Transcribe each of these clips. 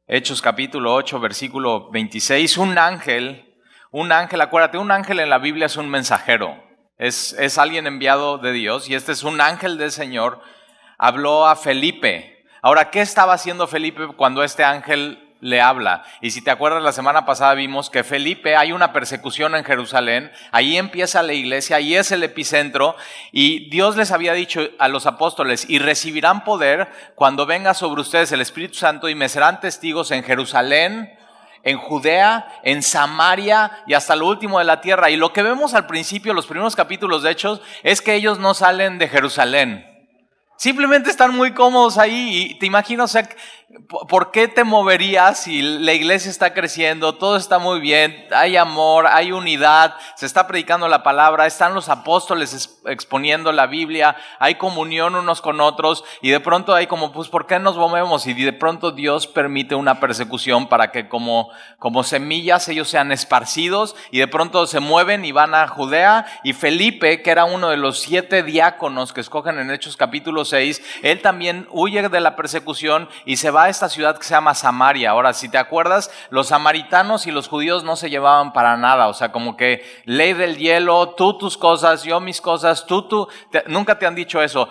Hechos capítulo 8, versículo 26, un ángel, acuérdate, un ángel en la Biblia es un mensajero, es alguien enviado de Dios, y este es un ángel del Señor, habló a Felipe. Ahora, ¿qué estaba haciendo Felipe cuando este ángel le habla? Y si te acuerdas, la semana pasada vimos que Felipe, hay una persecución en Jerusalén, ahí empieza la iglesia, ahí es el epicentro, y Dios les había dicho a los apóstoles: y recibirán poder cuando venga sobre ustedes el Espíritu Santo, y me serán testigos en Jerusalén, en Judea, en Samaria y hasta lo último de la tierra. Y lo que vemos al principio, los primeros capítulos de Hechos, es que ellos no salen de Jerusalén. Simplemente están muy cómodos ahí, y te imagino, o sea, ¿por qué te moverías si la iglesia está creciendo, todo está muy bien, hay amor, hay unidad, se está predicando la palabra, están los apóstoles exponiendo la Biblia, hay comunión unos con otros, y de pronto hay como, pues, ¿por qué nos movemos? Y de pronto Dios permite una persecución para que como semillas ellos sean esparcidos, y de pronto se mueven y van a Judea. Y Felipe, que era uno de los 7 diáconos que escogen en Hechos capítulo 6, él también huye de la persecución y se va a esta ciudad que se llama Samaria. Ahora, si te acuerdas, los samaritanos y los judíos no se llevaban para nada, o sea, como que ley del hielo, tú tus cosas, yo mis cosas, nunca te han dicho eso,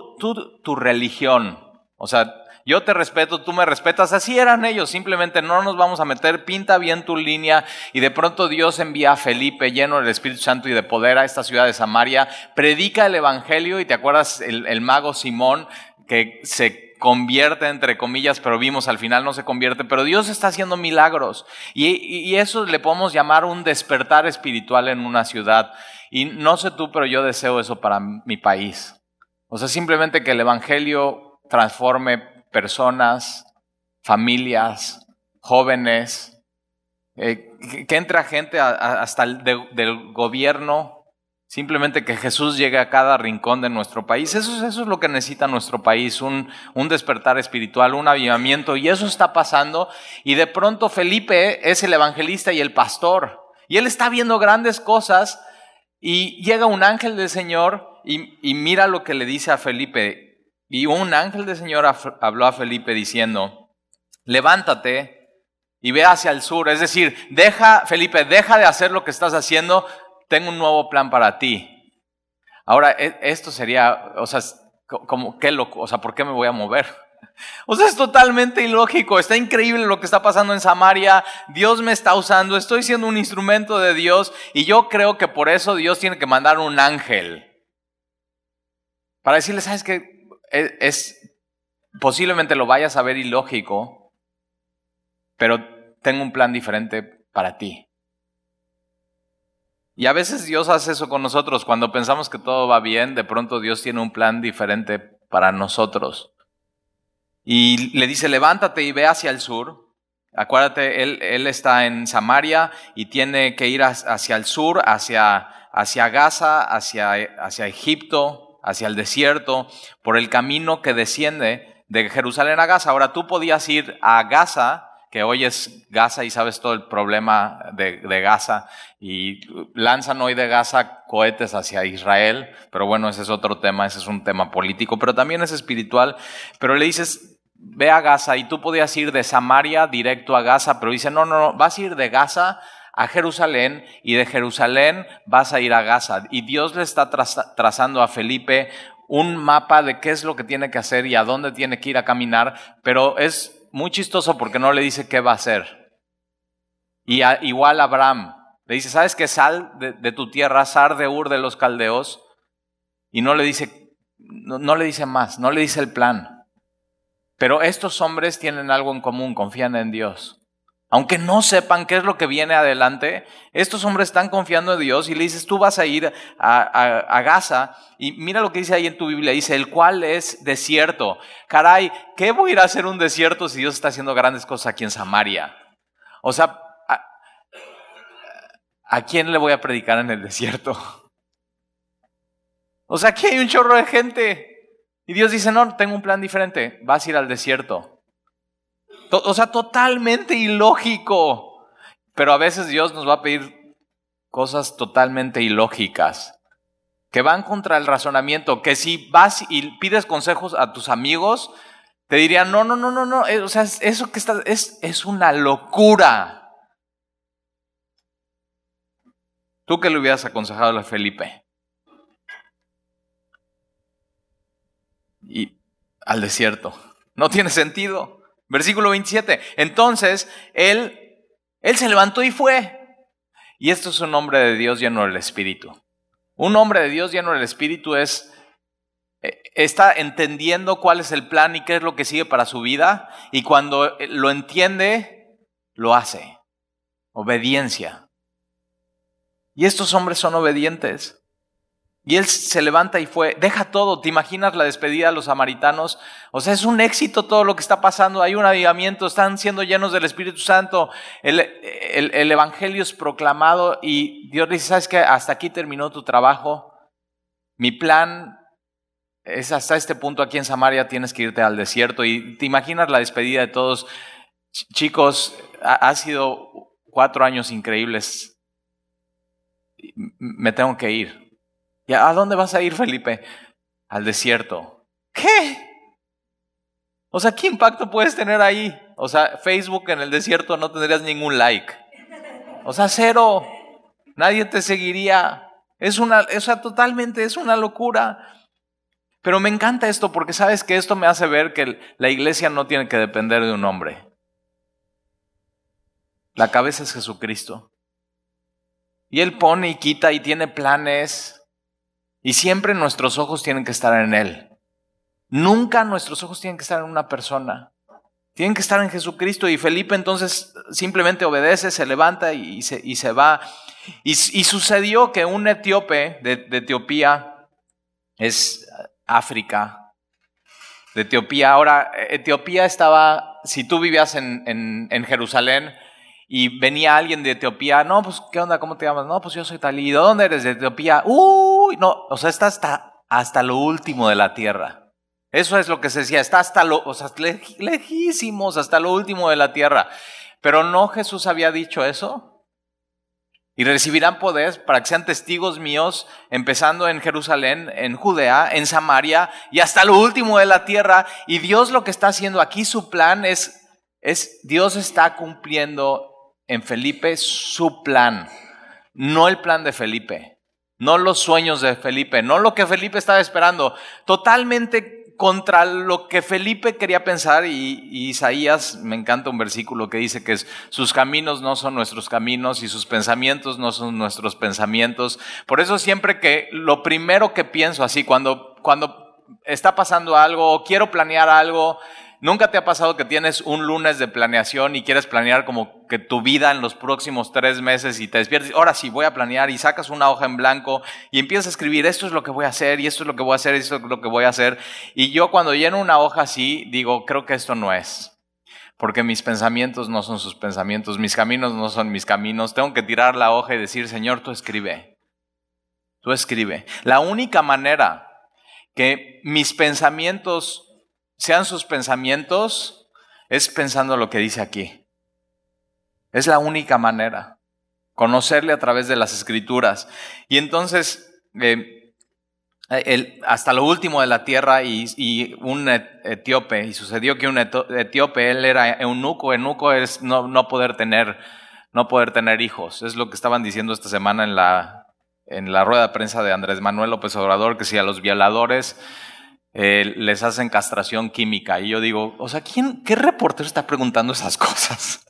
tu religión, o sea, yo te respeto, tú me respetas. Así eran ellos, simplemente no nos vamos a meter, pinta bien tu línea. Y de pronto Dios envía a Felipe lleno del Espíritu Santo y de poder a esta ciudad de Samaria, predica el evangelio, y te acuerdas el mago Simón, que se convierte entre comillas, pero vimos al final no se convierte, pero Dios está haciendo milagros, y eso le podemos llamar un despertar espiritual en una ciudad. Y no sé tú, pero yo deseo eso para mi país. O sea, simplemente que el evangelio transforme personas, familias, jóvenes, que entra gente hasta del gobierno. Simplemente que Jesús llegue a cada rincón de nuestro país. Eso es lo que necesita nuestro país, un despertar espiritual, un avivamiento, y eso está pasando. Y de pronto Felipe es el evangelista y el pastor, y él está viendo grandes cosas, y llega un ángel del Señor y mira lo que le dice a Felipe. Y un ángel del Señor habló a Felipe diciendo: levántate y ve hacia el sur. Es decir, Felipe, deja de hacer lo que estás haciendo, tengo un nuevo plan para ti. Ahora, esto sería, o sea, como qué loco, o sea, ¿por qué me voy a mover? O sea, es totalmente ilógico. Está increíble lo que está pasando en Samaria. Dios me está usando, estoy siendo un instrumento de Dios, y yo creo que por eso Dios tiene que mandar un ángel para decirle: ¿sabes qué? Posiblemente lo vayas a ver ilógico, pero tengo un plan diferente para ti. Y a veces Dios hace eso con nosotros. Cuando pensamos que todo va bien, de pronto Dios tiene un plan diferente para nosotros. Y le dice: levántate y ve hacia el sur. Acuérdate, él está en Samaria y tiene que ir hacia el sur, hacia Gaza, hacia Egipto, hacia el desierto, por el camino que desciende de Jerusalén a Gaza. Ahora, tú podías ir a Gaza, que hoy es Gaza, y sabes todo el problema de Gaza, y lanzan hoy de Gaza cohetes hacia Israel, pero bueno, ese es otro tema, ese es un tema político, pero también es espiritual. Pero le dices: ve a Gaza, y tú podías ir de Samaria directo a Gaza, pero dice: no, vas a ir de Gaza a Jerusalén, y de Jerusalén vas a ir a Gaza. Y Dios le está trazando a Felipe un mapa de qué es lo que tiene que hacer y a dónde tiene que ir a caminar, pero es muy chistoso porque no le dice qué va a hacer. Y igual a Abraham le dice: ¿sabes qué? Sal de tu tierra, sal de Ur de los Caldeos, y no le dice más, no le dice el plan. Pero estos hombres tienen algo en común: confían en Dios. Aunque no sepan qué es lo que viene adelante, estos hombres están confiando en Dios, y le dices: tú vas a ir a Gaza, y mira lo que dice ahí en tu Biblia, dice: el cual es desierto. Caray, ¿qué voy a ir a hacer un desierto si Dios está haciendo grandes cosas aquí en Samaria? O sea, ¿a quién le voy a predicar en el desierto? O sea, aquí hay un chorro de gente, y Dios dice: no, tengo un plan diferente, vas a ir al desierto. O sea, totalmente ilógico. Pero a veces Dios nos va a pedir cosas totalmente ilógicas, que van contra el razonamiento. Que si vas y pides consejos a tus amigos, te dirían, no, o sea, eso que está, es una locura. ¿Tú qué le hubieras aconsejado a Felipe? Y al desierto. No tiene sentido. Versículo 27. Entonces, él se levantó y fue. Y esto es un hombre de Dios lleno del Espíritu. Un hombre de Dios lleno del Espíritu está entendiendo cuál es el plan y qué es lo que sigue para su vida. Y cuando lo entiende, lo hace. Obediencia. Y estos hombres son obedientes. Y él se levanta y fue, deja todo. ¿Te imaginas la despedida de los samaritanos? O sea, es un éxito todo lo que está pasando. Hay un avivamiento, están siendo llenos del Espíritu Santo. El Evangelio es proclamado y Dios dice, ¿sabes qué? Hasta aquí terminó tu trabajo. Mi plan es hasta este punto aquí en Samaria, tienes que irte al desierto. Y te imaginas la despedida de todos. Chicos, ha sido 4 años increíbles. Me tengo que ir. ¿Y a dónde vas a ir, Felipe? Al desierto. ¿Qué? O sea, ¿qué impacto puedes tener ahí? O sea, Facebook en el desierto no tendrías ningún like. O sea, 0. Nadie te seguiría. Totalmente es una locura. Pero me encanta esto porque sabes que esto me hace ver que la iglesia no tiene que depender de un hombre. La cabeza es Jesucristo. Y Él pone y quita y tiene planes. Y siempre nuestros ojos tienen que estar en Él. Nunca nuestros ojos tienen que estar en una persona. Tienen que estar en Jesucristo. Y Felipe entonces simplemente obedece, se levanta y se va. Y sucedió que un etíope de Etiopía, es África, de Etiopía. Ahora, Etiopía estaba, si tú vivías en Jerusalén, y venía alguien de Etiopía, no, pues, ¿qué onda? ¿Cómo te llamas? No, pues yo soy tal. ¿Y de dónde eres? De Etiopía. Uy, no, o sea, está hasta lo último de la tierra. Eso es lo que se decía, está lejísimos, hasta lo último de la tierra. Pero no Jesús había dicho eso. Y recibirán poder para que sean testigos míos, empezando en Jerusalén, en Judea, en Samaria y hasta lo último de la tierra. Y Dios lo que está haciendo aquí, su plan es Dios está cumpliendo en Felipe su plan, no el plan de Felipe, no los sueños de Felipe, no lo que Felipe estaba esperando, totalmente contra lo que Felipe quería pensar. Y Isaías, me encanta un versículo que dice que sus caminos no son nuestros caminos y sus pensamientos no son nuestros pensamientos. Por eso siempre que lo primero que pienso así, cuando está pasando algo o quiero planear algo, ¿nunca te ha pasado que tienes un lunes de planeación y quieres planear como que tu vida en los próximos 3 meses y te despiertas? Ahora sí, voy a planear, y sacas una hoja en blanco y empiezas a escribir, esto es lo que voy a hacer, y esto es lo que voy a hacer, y esto es lo que voy a hacer. Y yo cuando lleno una hoja así, digo, creo que esto no es. Porque mis pensamientos no son sus pensamientos, mis caminos no son mis caminos. Tengo que tirar la hoja y decir, Señor, tú escribe. Tú escribe. La única manera que mis pensamientos sean sus pensamientos es pensando lo que dice aquí. Es la única manera. Conocerle a través de las Escrituras. Y entonces, hasta lo último de la tierra y un etíope, y sucedió que un etíope, él era eunuco. Eunuco es no poder tener hijos. Es lo que estaban diciendo esta semana en la rueda de prensa de Andrés Manuel López Obrador, que si a los violadores les hacen castración química. Y yo digo, o sea, ¿qué reportero está preguntando esas cosas?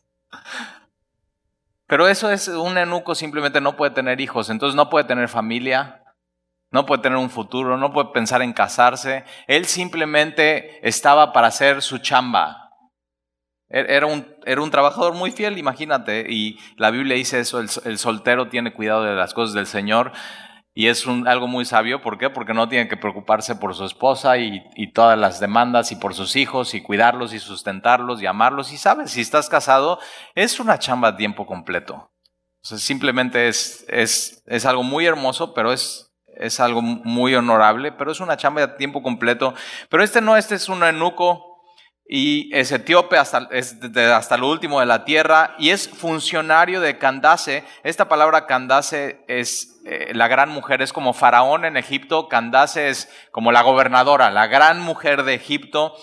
Pero eso es, un eunuco simplemente no puede tener hijos, entonces no puede tener familia, no puede tener un futuro, no puede pensar en casarse. Él simplemente estaba para hacer su chamba. Era un trabajador muy fiel, imagínate. Y la Biblia dice eso, el soltero tiene cuidado de las cosas del Señor. Y es algo muy sabio. ¿Por qué? Porque no tiene que preocuparse por su esposa y todas las demandas, y por sus hijos, y cuidarlos y sustentarlos y amarlos. Y sabes, si estás casado, es una chamba a tiempo completo. O sea, simplemente es algo muy hermoso, pero es algo muy honorable, pero es una chamba a tiempo completo. Pero este es un eunuco y es etíope hasta lo último de la tierra, y es funcionario de Candace. Esta palabra Candace es la gran mujer, es como Faraón en Egipto. Candace es como la gobernadora, la gran mujer de Egipto.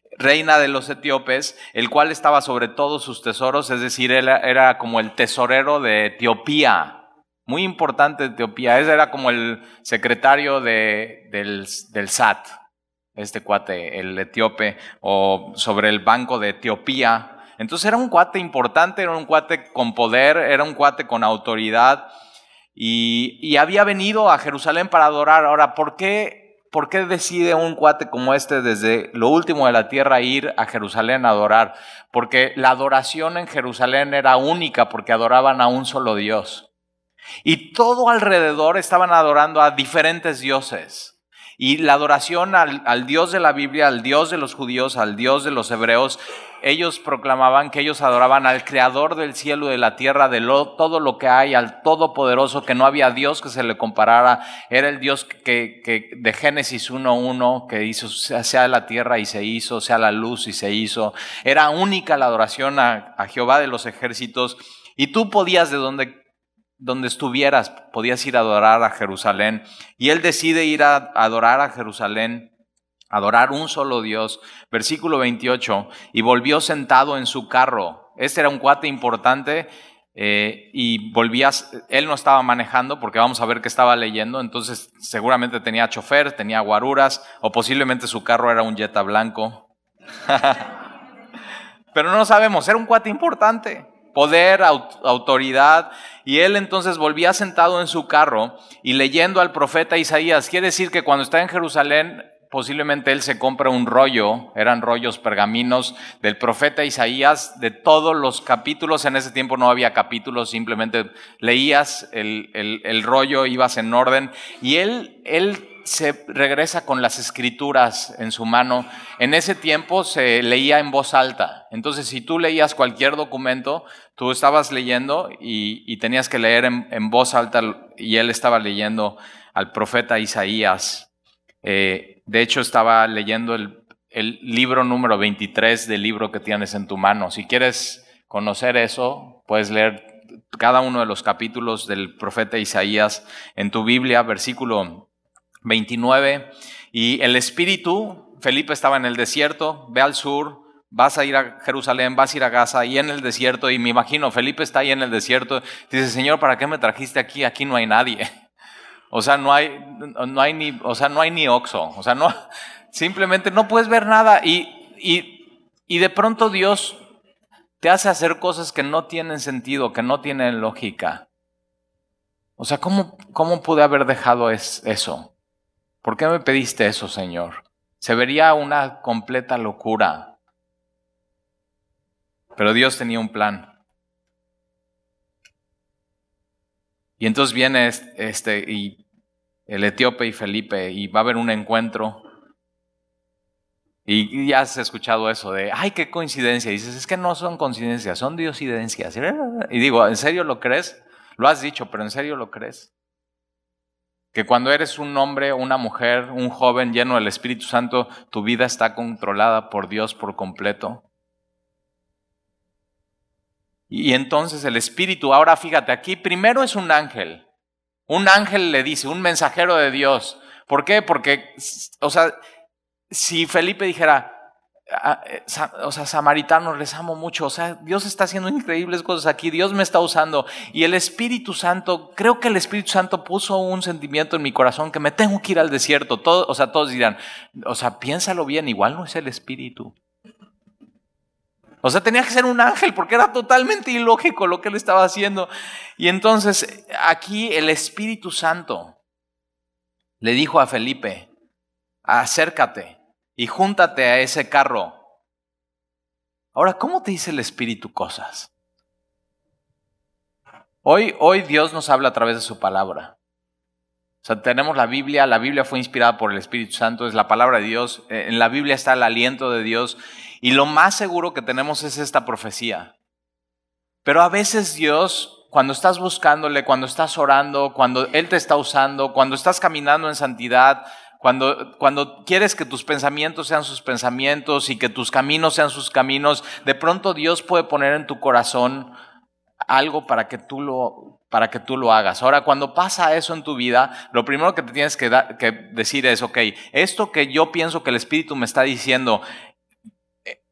reina de los etíopes, el cual estaba sobre todos sus tesoros, es decir, él era como el tesorero de Etiopía, muy importante Etiopía, él era como el secretario del SAT, este cuate, el etíope, o sobre el banco de Etiopía. Entonces era un cuate importante, era un cuate con poder, era un cuate con autoridad, y había venido a Jerusalén para adorar. Ahora, ¿por qué decide un cuate como este desde lo último de la tierra ir a Jerusalén a adorar? Porque la adoración en Jerusalén era única, porque adoraban a un solo Dios. Y todo alrededor estaban adorando a diferentes dioses. Y la adoración al Dios de la Biblia, al Dios de los judíos, al Dios de los hebreos, ellos proclamaban que ellos adoraban al Creador del cielo y de la tierra, todo lo que hay, al Todopoderoso, que no había Dios que se le comparara. Era el Dios que de Génesis 1:1, que hizo sea la tierra y se hizo, sea la luz y se hizo. Era única la adoración a Jehová de los ejércitos, y tú podías, de donde estuvieras, podías ir a adorar a Jerusalén. Y él decide ir a adorar a Jerusalén, adorar un solo Dios. Versículo 28, y volvió sentado en su carro. Este era un cuate importante, y él no estaba manejando, porque vamos a ver que estaba leyendo, entonces seguramente tenía chofer, tenía guaruras, o posiblemente su carro era un Jetta blanco. Pero no sabemos, era un cuate importante. Poder, autoridad, y él entonces volvía sentado en su carro y leyendo al profeta Isaías. Quiere decir que cuando está en Jerusalén, posiblemente él se compra un rollo, eran rollos pergaminos del profeta Isaías, de todos los capítulos. En ese tiempo no había capítulos, simplemente leías el rollo, ibas en orden, y él se regresa con las escrituras en su mano. En ese tiempo se leía en voz alta. Entonces, si tú leías cualquier documento, tú estabas leyendo y tenías que leer en voz alta, y él estaba leyendo al profeta Isaías. De hecho, estaba leyendo el libro número 23 del libro que tienes en tu mano. Si quieres conocer eso, puedes leer cada uno de los capítulos del profeta Isaías en tu Biblia. Versículo 29, y el Espíritu, Felipe estaba en el desierto, ve al sur, vas a ir a Jerusalén, vas a ir a Gaza, y en el desierto, y me imagino, Felipe está ahí en el desierto, dice: Señor, ¿para qué me trajiste aquí? Aquí no hay nadie. O sea, no hay ni Oxxo, o sea, no, simplemente no puedes ver nada, y de pronto Dios te hace hacer cosas que no tienen sentido, que no tienen lógica. O sea, ¿cómo pude haber dejado eso? ¿Por qué me pediste eso, Señor? Se vería una completa locura. Pero Dios tenía un plan. Y entonces viene y el etíope y Felipe, y va a haber un encuentro. Y ya has escuchado eso de: ¡ay, qué coincidencia! Y dices: es que no son coincidencias, son diosidencias. Y digo: ¿en serio lo crees? Lo has dicho, pero ¿en serio lo crees? Que cuando eres un hombre, una mujer, un joven lleno del Espíritu Santo, tu vida está controlada por Dios por completo. Y entonces el Espíritu, ahora fíjate, aquí primero es un ángel. Un ángel le dice, un mensajero de Dios. ¿Por qué? Porque, o sea, si Felipe dijera: samaritanos, les amo mucho, o sea, Dios está haciendo increíbles cosas aquí, Dios me está usando, y el Espíritu Santo, creo que el Espíritu Santo puso un sentimiento en mi corazón que me tengo que ir al desierto. Todos dirán: piénsalo bien, igual no es el Espíritu. O sea, tenía que ser un ángel, porque era totalmente ilógico lo que él estaba haciendo. Y entonces aquí el Espíritu Santo le dijo a Felipe: acércate y júntate a ese carro. Ahora, ¿cómo te dice el Espíritu cosas? Hoy Dios nos habla a través de su palabra. O sea, tenemos la Biblia fue inspirada por el Espíritu Santo, es la palabra de Dios, en la Biblia está el aliento de Dios, y lo más seguro que tenemos es esta profecía. Pero a veces Dios, cuando estás buscándole, cuando estás orando, cuando Él te está usando, cuando estás caminando en santidad, cuando quieres que tus pensamientos sean sus pensamientos y que tus caminos sean sus caminos, de pronto Dios puede poner en tu corazón algo para que tú lo hagas. Ahora, cuando pasa eso en tu vida, lo primero que te tienes que decir es: ok, esto que yo pienso que el Espíritu me está diciendo,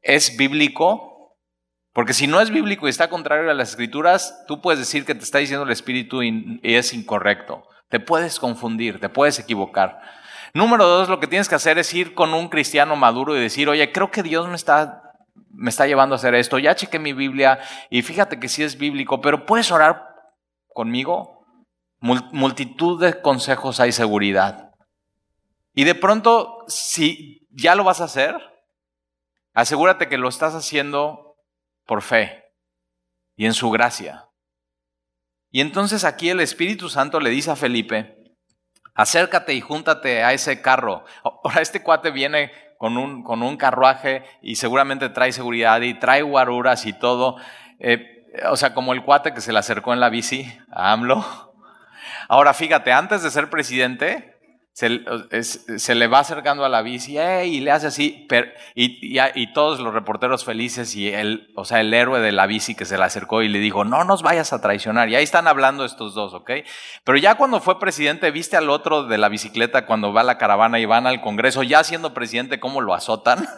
es bíblico, porque si no es bíblico y está contrario a las Escrituras, tú puedes decir que te está diciendo el Espíritu y es incorrecto. Te puedes confundir, te puedes equivocar. Número 2, lo que tienes que hacer es ir con un cristiano maduro y decir, oye, creo que Dios me está llevando a hacer esto. Ya chequé mi Biblia y fíjate que sí es bíblico, pero ¿puedes orar conmigo? Multitud de consejos hay seguridad. Y de pronto, si ya lo vas a hacer, asegúrate que lo estás haciendo por fe y en su gracia. Y entonces aquí el Espíritu Santo le dice a Felipe, acércate y júntate a ese carro. Ahora este cuate viene con un carruaje y seguramente trae seguridad y trae guaruras y todo. O sea, como el cuate que se le acercó en la bici a AMLO. Ahora fíjate, antes de ser presidente, se le va acercando a la bici y le hace así, y todos los reporteros felices y el héroe de la bici que se le acercó y le dijo, no nos vayas a traicionar. Y ahí están hablando estos dos, ¿ok? Pero ya cuando fue presidente, ¿viste al otro de la bicicleta cuando va a la caravana y van al Congreso, ya siendo presidente, cómo lo azotan?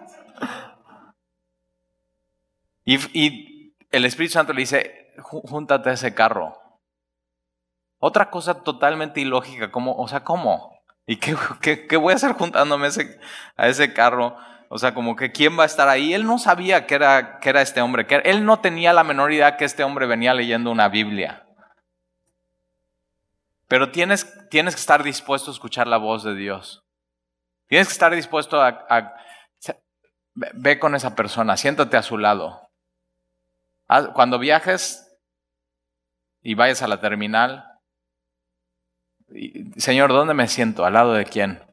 y el Espíritu Santo le dice, júntate a ese carro. Otra cosa totalmente ilógica, ¿cómo? ¿Y qué voy a hacer juntándome a ese carro? O sea, como que ¿quién va a estar ahí? Él no sabía que era este hombre, él no tenía la menor idea que este hombre venía leyendo una Biblia. Pero tienes que estar dispuesto a escuchar la voz de Dios. Tienes que estar dispuesto ve con esa persona, siéntate a su lado. Cuando viajes y vayas a la terminal, Señor, ¿dónde me siento? ¿Al lado de quién?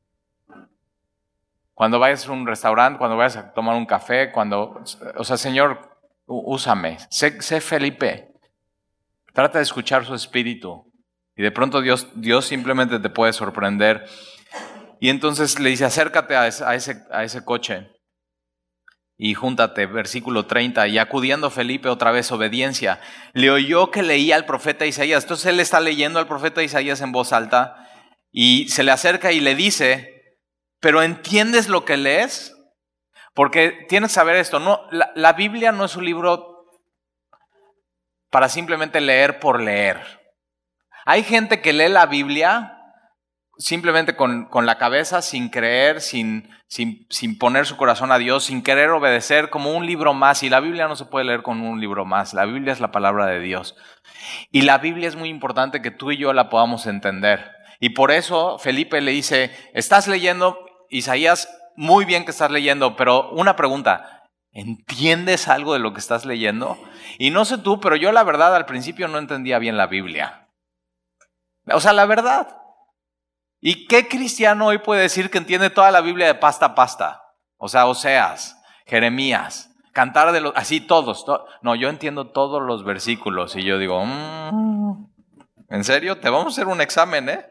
Cuando vayas a un restaurante, cuando vayas a tomar un café, Señor, úsame. Sé Felipe. Trata de escuchar su espíritu. Y de pronto Dios simplemente te puede sorprender. Y entonces le dice, acércate a ese coche y júntate, versículo 30, y acudiendo Felipe otra vez, obediencia, le oyó que leía al profeta Isaías. Entonces él está leyendo al profeta Isaías en voz alta y se le acerca y le dice, ¿pero entiendes lo que lees? Porque tienes que saber esto, no, la Biblia no es un libro para simplemente leer por leer. Hay gente que lee la Biblia simplemente con la cabeza, sin creer, sin poner su corazón a Dios, sin querer obedecer, como un libro más. Y la Biblia no se puede leer con un libro más. La Biblia es la palabra de Dios. Y la Biblia es muy importante que tú y yo la podamos entender. Y por eso Felipe le dice, estás leyendo Isaías, muy bien que estás leyendo, pero una pregunta, ¿entiendes algo de lo que estás leyendo? Y no sé tú, pero yo la verdad al principio no entendía bien la Biblia. O sea, la verdad. ¿Y qué cristiano hoy puede decir que entiende toda la Biblia de pasta a pasta? O sea, Oseas, Jeremías, Cantar de los... Así todos. No, yo entiendo todos los versículos. Y yo digo, ¿en serio? Te vamos a hacer un examen, ¿eh?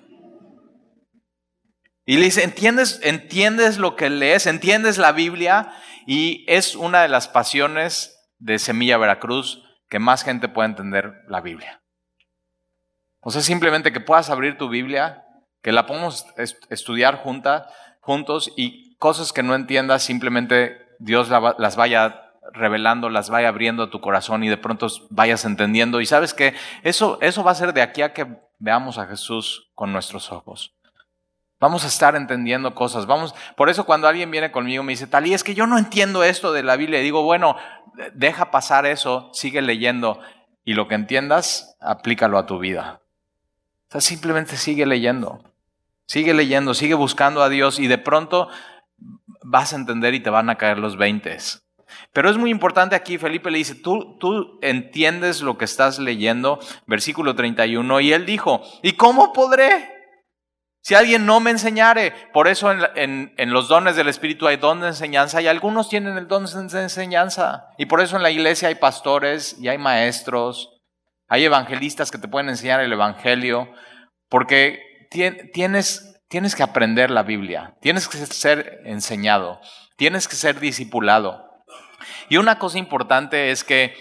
Y le dice, ¿entiendes lo que lees? ¿Entiendes la Biblia? Y es una de las pasiones de Semilla Veracruz que más gente puede entender la Biblia. O sea, simplemente que puedas abrir tu Biblia, que la podamos estudiar juntos y cosas que no entiendas, simplemente Dios las vaya revelando, las vaya abriendo a tu corazón y de pronto vayas entendiendo. Y sabes que eso va a ser de aquí a que veamos a Jesús con nuestros ojos. Vamos a estar entendiendo cosas. Por eso cuando alguien viene conmigo y me dice, Talí, es que yo no entiendo esto de la Biblia. Y digo, bueno, deja pasar eso, sigue leyendo y lo que entiendas, aplícalo a tu vida. O sea, simplemente sigue leyendo, sigue buscando a Dios y de pronto vas a entender y te van a caer los 20. Pero es muy importante aquí, Felipe le dice, tú entiendes lo que estás leyendo, versículo 31, y él dijo, ¿y cómo podré? Si alguien no me enseñare. Por eso en los dones del Espíritu hay don de enseñanza y algunos tienen el don de enseñanza. Y por eso en la iglesia hay pastores y hay maestros. Hay evangelistas que te pueden enseñar el evangelio, porque tienes que aprender la Biblia, tienes que ser enseñado, tienes que ser discipulado. Y una cosa importante es que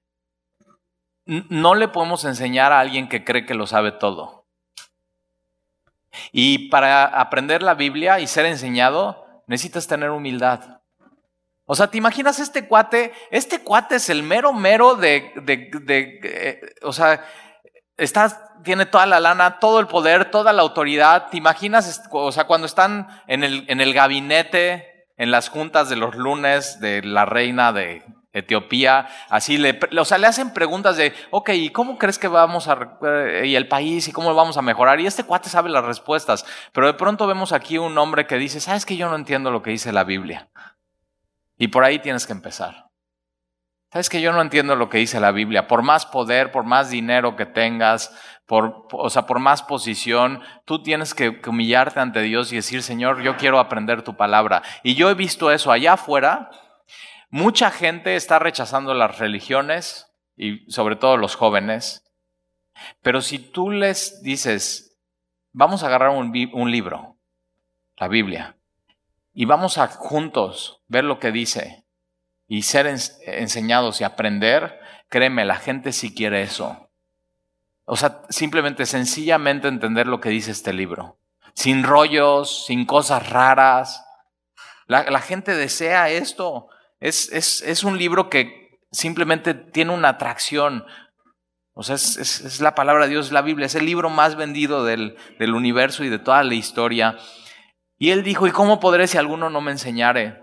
no le podemos enseñar a alguien que cree que lo sabe todo. Y para aprender la Biblia y ser enseñado, necesitas tener humildad. O sea, ¿te imaginas este cuate? Este cuate es el mero o sea, tiene toda la lana, todo el poder, toda la autoridad. ¿Te imaginas? O sea, cuando están en el gabinete, en las juntas de los lunes de la reina de Etiopía, así le hacen preguntas de, ok, ¿y cómo crees que vamos y el país, y cómo lo vamos a mejorar? Y este cuate sabe las respuestas, pero de pronto vemos aquí un hombre que dice, ¿sabes qué? Yo no entiendo lo que dice la Biblia. Y por ahí tienes que empezar. ¿Sabes qué? Yo no entiendo lo que dice la Biblia. Por más poder, por más dinero que tengas, por más posición, tú tienes que humillarte ante Dios y decir, Señor, yo quiero aprender tu palabra. Y yo he visto eso allá afuera. Mucha gente está rechazando las religiones y sobre todo los jóvenes. Pero si tú les dices, vamos a agarrar un libro, la Biblia, y vamos a juntos ver lo que dice y ser enseñados y aprender, créeme, la gente sí quiere eso. O sea, simplemente, sencillamente entender lo que dice este libro. Sin rollos, sin cosas raras. La gente desea esto. Es un libro que simplemente tiene una atracción. O sea, es la palabra de Dios, la Biblia. Es el libro más vendido del universo y de toda la historia. Y él dijo, ¿y cómo podré si alguno no me enseñare?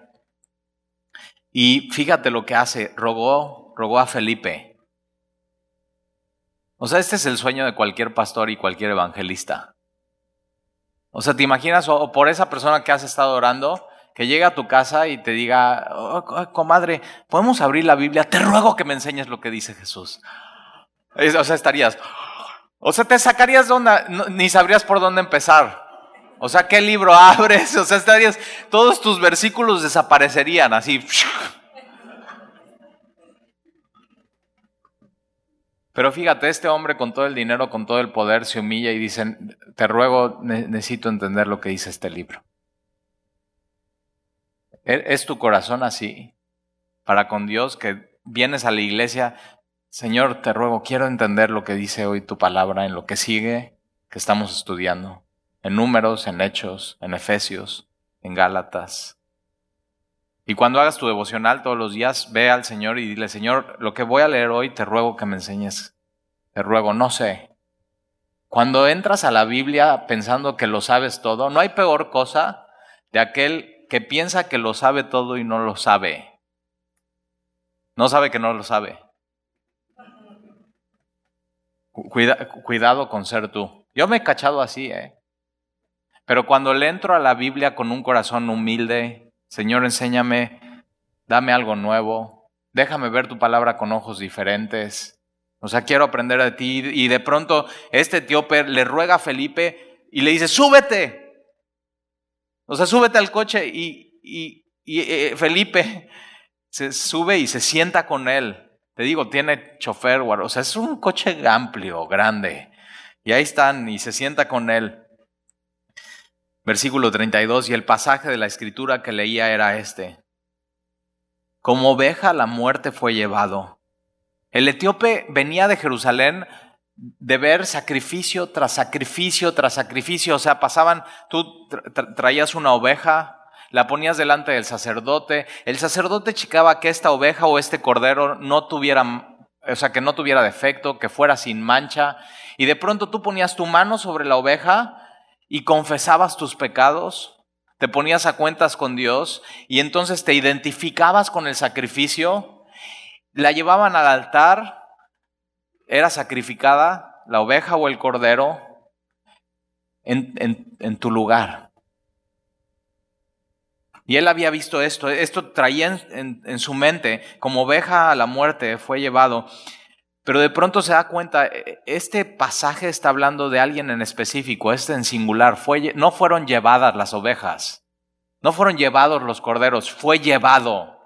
Y fíjate lo que hace, rogó a Felipe. O sea, este es el sueño de cualquier pastor y cualquier evangelista. O sea, ¿te imaginas o por esa persona que has estado orando, que llega a tu casa y te diga, comadre, ¿podemos abrir la Biblia? Te ruego que me enseñes lo que dice Jesús. O sea, te sacarías de onda, ni sabrías por dónde empezar. O sea, ¿qué libro abres? O sea, todos tus versículos desaparecerían así. Pero fíjate, este hombre con todo el dinero, con todo el poder, se humilla y dice, te ruego, necesito entender lo que dice este libro. ¿Es tu corazón así? Para con Dios, que vienes a la iglesia, Señor, te ruego, quiero entender lo que dice hoy tu palabra en lo que sigue, que estamos estudiando. En Números, en Hechos, en Efesios, en Gálatas. Y cuando hagas tu devocional todos los días, ve al Señor y dile, Señor, lo que voy a leer hoy te ruego que me enseñes. Te ruego, no sé. Cuando entras a la Biblia pensando que lo sabes todo, no hay peor cosa de aquel que piensa que lo sabe todo y no lo sabe. No sabe que no lo sabe. Cuidado con ser tú. Yo me he cachado así, Pero cuando le entro a la Biblia con un corazón humilde, Señor, enséñame, dame algo nuevo, déjame ver tu palabra con ojos diferentes. O sea, quiero aprender de ti. Y de pronto este etíope le ruega a Felipe y le dice, súbete. O sea, súbete al coche y Felipe se sube y se sienta con él. Te digo, tiene chofer, o sea, es un coche amplio, grande. Y ahí están y se sienta con él. Versículo 32, y el pasaje de la escritura que leía era este. Como oveja a la muerte fue llevado. El etíope venía de Jerusalén de ver sacrificio tras sacrificio tras sacrificio. O sea, tú traías una oveja, la ponías delante del sacerdote. El sacerdote checaba que esta oveja o este cordero no tuviera, o sea, que no tuviera defecto, que fuera sin mancha. Y de pronto tú ponías tu mano sobre la oveja y confesabas tus pecados, te ponías a cuentas con Dios y entonces te identificabas con el sacrificio, la llevaban al altar, era sacrificada la oveja o el cordero en tu lugar. Y él había visto esto traía en su mente, como oveja a la muerte fue llevado. Pero de pronto se da cuenta, este pasaje está hablando de alguien en específico, en singular. No fueron llevadas las ovejas, no fueron llevados los corderos, fue llevado.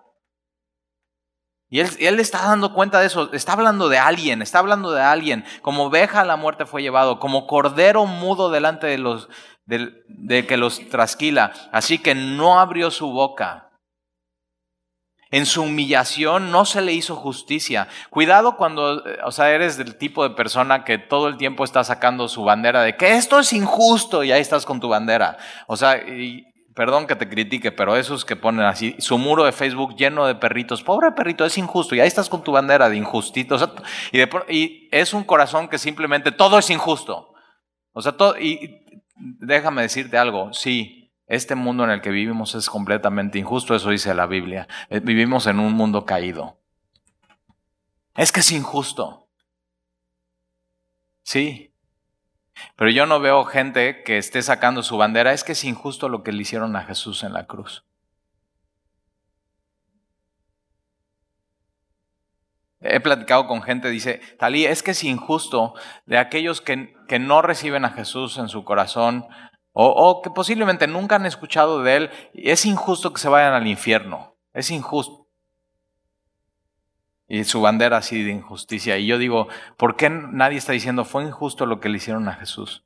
Y él está dando cuenta de eso, está hablando de alguien. Como oveja a la muerte fue llevado, como cordero mudo delante de que los trasquila. Así que no abrió su boca. En su humillación no se le hizo justicia. Cuidado cuando, eres del tipo de persona que todo el tiempo está sacando su bandera de que esto es injusto y ahí estás con tu bandera. perdón que te critique, pero esos que ponen así, su muro de Facebook lleno de perritos, pobre perrito, es injusto, y ahí estás con tu bandera de injustito, o sea, y es un corazón que simplemente todo es injusto. O sea, todo, y déjame decirte algo, sí, este mundo en el que vivimos es completamente injusto, eso dice la Biblia. Vivimos en un mundo caído. Es que es injusto. Sí. Pero yo no veo gente que esté sacando su bandera. Es que es injusto lo que le hicieron a Jesús en la cruz. He platicado con gente, dice, Talí, es que es injusto de aquellos que no reciben a Jesús en su corazón o que posiblemente nunca han escuchado de Él. Es injusto que se vayan al infierno. Es injusto. Y su bandera así de injusticia. Y yo digo, ¿por qué nadie está diciendo fue injusto lo que le hicieron a Jesús?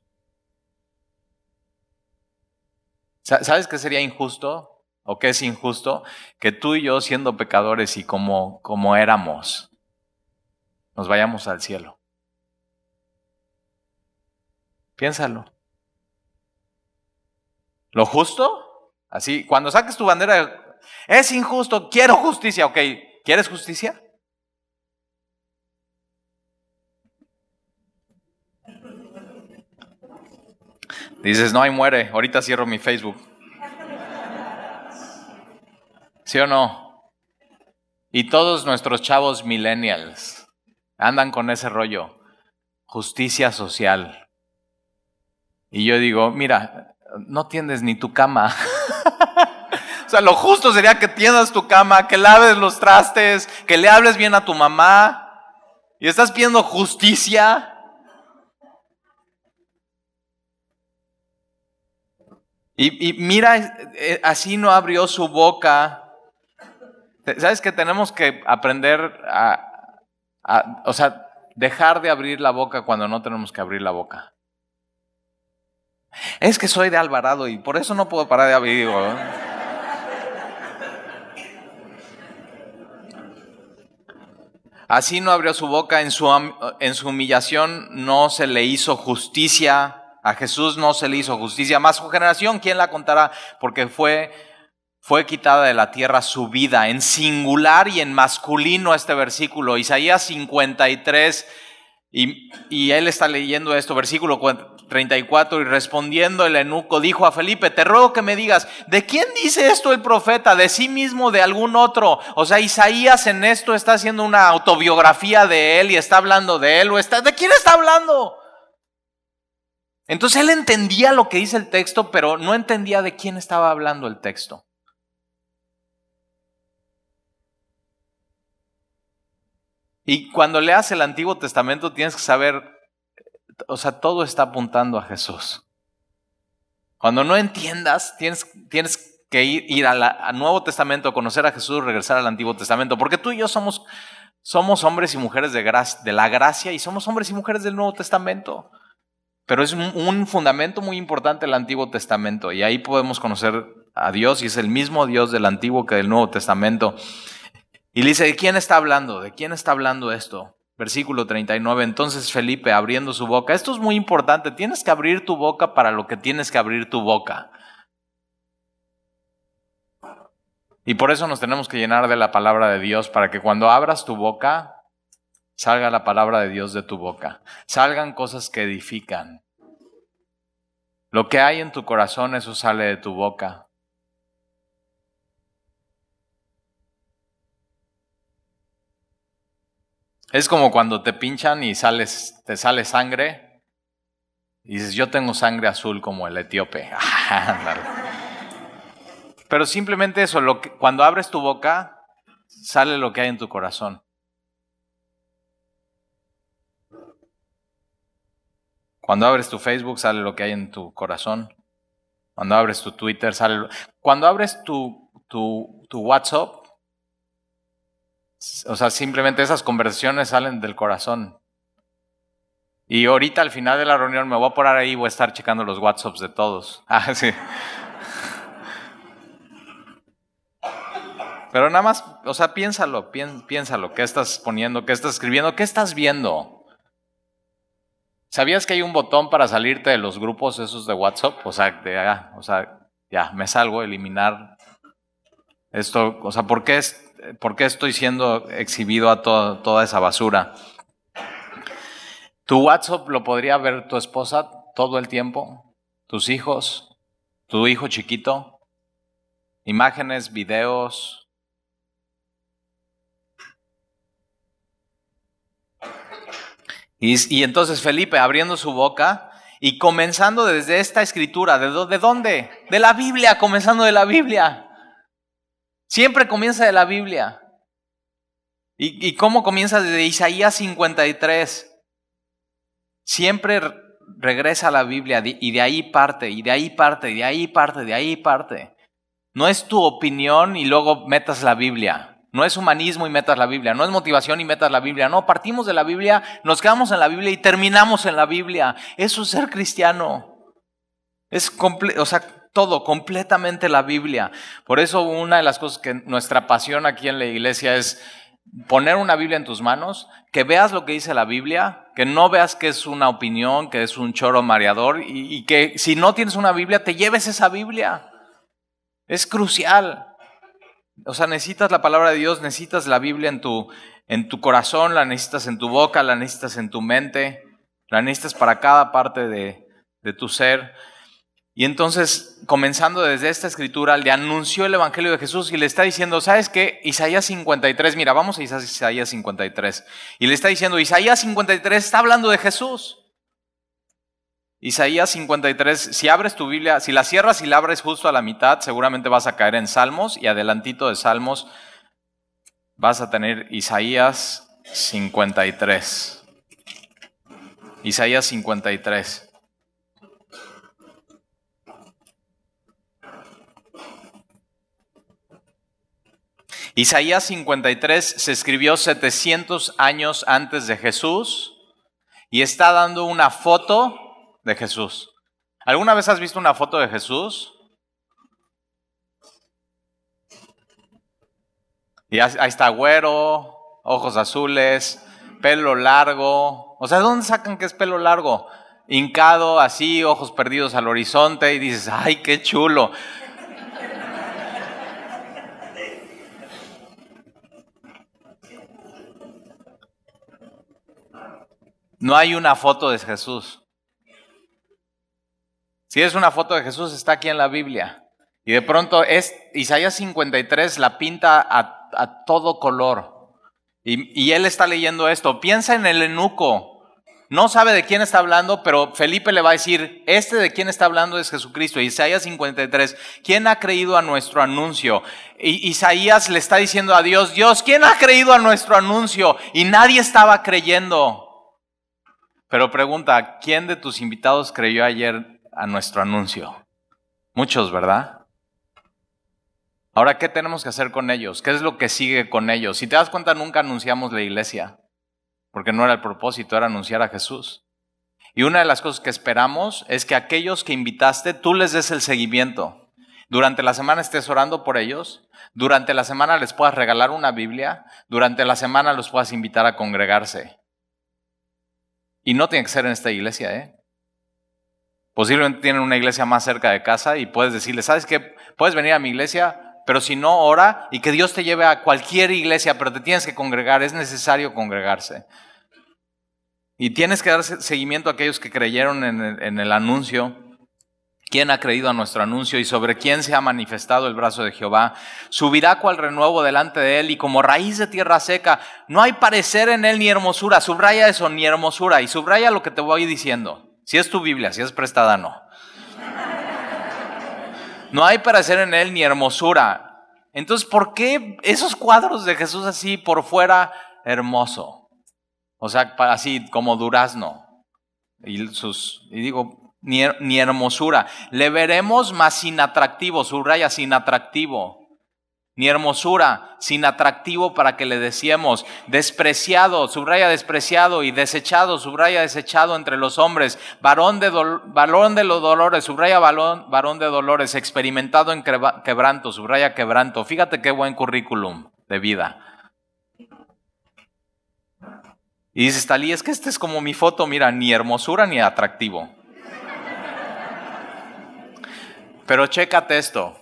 ¿Sabes qué sería injusto? ¿O qué es injusto? Que tú y yo, siendo pecadores y como éramos, nos vayamos al cielo. Piénsalo. ¿Lo justo? Así, cuando saques tu bandera, es injusto, quiero justicia. Ok, ¿quieres justicia? Dices, no, ahí muere, ahorita cierro mi Facebook. ¿Sí o no? Y todos nuestros chavos millennials andan con ese rollo, justicia social. Y yo digo, mira, no tiendes ni tu cama. O sea, lo justo sería que tiendas tu cama, que laves los trastes, que le hables bien a tu mamá. Y estás pidiendo justicia. Y mira, así no abrió su boca. ¿Sabes que tenemos que aprender o sea, dejar de abrir la boca cuando no tenemos que abrir la boca? Es que soy de Alvarado y por eso no puedo parar de abrir. Así no abrió su boca, en su humillación no se le hizo justicia. A Jesús no se le hizo justicia, más su generación, ¿quién la contará? Porque fue quitada de la tierra su vida, en singular y en masculino este versículo, Isaías 53, y él está leyendo esto, versículo 34, y respondiendo el eunuco dijo a Felipe, te ruego que me digas, ¿de quién dice esto el profeta? ¿De sí mismo, de algún otro? O sea, Isaías en esto está haciendo una autobiografía de él y está hablando de él, ¿de quién está hablando? Entonces él entendía lo que dice el texto, pero no entendía de quién estaba hablando el texto. Y cuando leas el Antiguo Testamento tienes que saber, o sea, todo está apuntando a Jesús. Cuando no entiendas, tienes que ir al Nuevo Testamento, conocer a Jesús, regresar al Antiguo Testamento, porque tú y yo somos hombres y mujeres de la gracia y somos hombres y mujeres del Nuevo Testamento. Pero es un fundamento muy importante el Antiguo Testamento y ahí podemos conocer a Dios y es el mismo Dios del Antiguo que del Nuevo Testamento. Y le dice, ¿de quién está hablando? ¿De quién está hablando esto? Versículo 39, entonces Felipe abriendo su boca. Esto es muy importante, tienes que abrir tu boca para lo que tienes que abrir tu boca. Y por eso nos tenemos que llenar de la palabra de Dios para que cuando abras tu boca salga la palabra de Dios de tu boca. Salgan cosas que edifican. Lo que hay en tu corazón, eso sale de tu boca. Es como cuando te pinchan y te sale sangre. Y dices, yo tengo sangre azul como el etíope. Pero simplemente eso, cuando abres tu boca, sale lo que hay en tu corazón. Cuando abres tu Facebook sale lo que hay en tu corazón. Cuando abres tu Twitter sale. Cuando abres tu WhatsApp, o sea, simplemente esas conversaciones salen del corazón. Y ahorita al final de la reunión me voy a parar ahí y voy a estar checando los WhatsApps de todos. Ah, sí. Pero nada más, o sea, piénsalo. ¿Qué estás poniendo? ¿Qué estás escribiendo? ¿Qué estás viendo? ¿Sabías que hay un botón para salirte de los grupos esos de WhatsApp? O sea, Ya, me salgo, eliminar esto. O sea, ¿por qué estoy siendo exhibido a toda esa basura? Tu WhatsApp lo podría ver tu esposa todo el tiempo, tus hijos, tu hijo chiquito, imágenes, videos. Y entonces Felipe, abriendo su boca y comenzando desde esta escritura, ¿de dónde? De la Biblia, comenzando de la Biblia. Siempre comienza de la Biblia. ¿Y cómo comienza? Desde Isaías 53. Siempre regresa a la Biblia y de ahí parte, y de ahí parte, y de ahí parte, de ahí parte. No es tu opinión y luego metas la Biblia. No es humanismo y metas la Biblia. No es motivación y metas la Biblia. No, partimos de la Biblia, nos quedamos en la Biblia y terminamos en la Biblia. Eso es ser cristiano. Es todo, completamente la Biblia. Por eso una de las cosas que nuestra pasión aquí en la iglesia es poner una Biblia en tus manos, que veas lo que dice la Biblia, que no veas que es una opinión, que es un choro mareador y que si no tienes una Biblia, te lleves esa Biblia. Es crucial. O sea, necesitas la palabra de Dios, necesitas la Biblia en tu corazón, la necesitas en tu boca, la necesitas en tu mente, la necesitas para cada parte de tu ser. Y entonces, comenzando desde esta escritura, le anunció el evangelio de Jesús y le está diciendo, ¿sabes qué? Isaías 53, mira, vamos a Isaías 53. Y le está diciendo, Isaías 53 está hablando de Jesús. Isaías 53, si abres tu Biblia, si la cierras y la abres justo a la mitad, seguramente vas a caer en Salmos y adelantito de Salmos vas a tener Isaías 53. Isaías 53. Isaías 53 se escribió 700 años antes de Jesús y está dando una foto de Jesús. ¿Alguna vez has visto una foto de Jesús? Y ahí está güero, ojos azules, pelo largo. O sea, ¿de dónde sacan que es pelo largo? Hincado, así, ojos perdidos al horizonte y dices, ¡ay, qué chulo! No hay una foto de Jesús. Si es una foto de Jesús, está aquí en la Biblia. Y de pronto Isaías 53 la pinta a todo color. Y él está leyendo esto. Piensa en el eunuco. No sabe de quién está hablando, pero Felipe le va a decir, de quién está hablando es Jesucristo. Isaías 53, ¿quién ha creído a nuestro anuncio? Isaías le está diciendo a Dios, ¿quién ha creído a nuestro anuncio? Y nadie estaba creyendo. Pero pregunta, ¿quién de tus invitados creyó ayer a nuestro anuncio? Muchos, ¿verdad? Ahora, ¿qué tenemos que hacer con ellos? ¿Qué es lo que sigue con ellos? Si te das cuenta, nunca anunciamos la iglesia, porque no era el propósito, era anunciar a Jesús. Y una de las cosas que esperamos es que aquellos que invitaste, tú les des el seguimiento. Durante la semana estés orando por ellos, durante la semana les puedas regalar una Biblia, durante la semana los puedas invitar a congregarse. Y no tiene que ser en esta iglesia, ¿eh? Posiblemente tienen una iglesia más cerca de casa y puedes decirle, ¿sabes qué? Puedes venir a mi iglesia, pero si no, ora y que Dios te lleve a cualquier iglesia, pero te tienes que congregar, es necesario congregarse. Y tienes que dar seguimiento a aquellos que creyeron en el anuncio. ¿Quién ha creído a nuestro anuncio y sobre quién se ha manifestado el brazo de Jehová? Subirá cual renuevo delante de él y como raíz de tierra seca. No hay parecer en él ni hermosura. Subraya eso, ni hermosura. Y subraya lo que te voy diciendo. Si es tu Biblia, si es prestada, no. No hay parecer en él ni hermosura. Entonces, ¿por qué esos cuadros de Jesús así por fuera hermoso? O sea, así como durazno. Y digo, ni hermosura. Le veremos más sin atractivo, subraya sin atractivo. Ni hermosura, sin atractivo para que le deseemos. Despreciado, subraya despreciado. Y desechado, subraya desechado entre los hombres. Varón de los dolores, subraya varón de dolores. Experimentado en quebranto, subraya quebranto. Fíjate qué buen currículum de vida. Y dices, Talí, es que este es como mi foto, mira, ni hermosura ni atractivo. Pero chécate esto.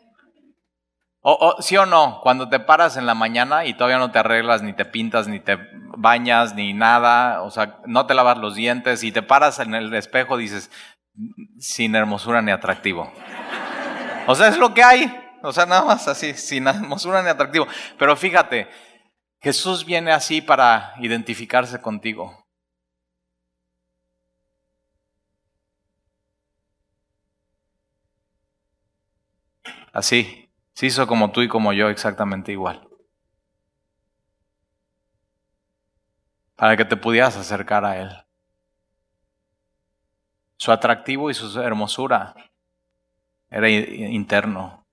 ¿Sí o no? Cuando te paras en la mañana y todavía no te arreglas, ni te pintas, ni te bañas, ni nada, o sea, no te lavas los dientes y te paras en el espejo, dices, sin hermosura ni atractivo. O sea, es lo que hay. O sea, nada más así, sin hermosura ni atractivo. Pero fíjate, Jesús viene así para identificarse contigo. Así. Se hizo como tú y como yo, exactamente igual. Para que te pudieras acercar a Él. Su atractivo y su hermosura era interno.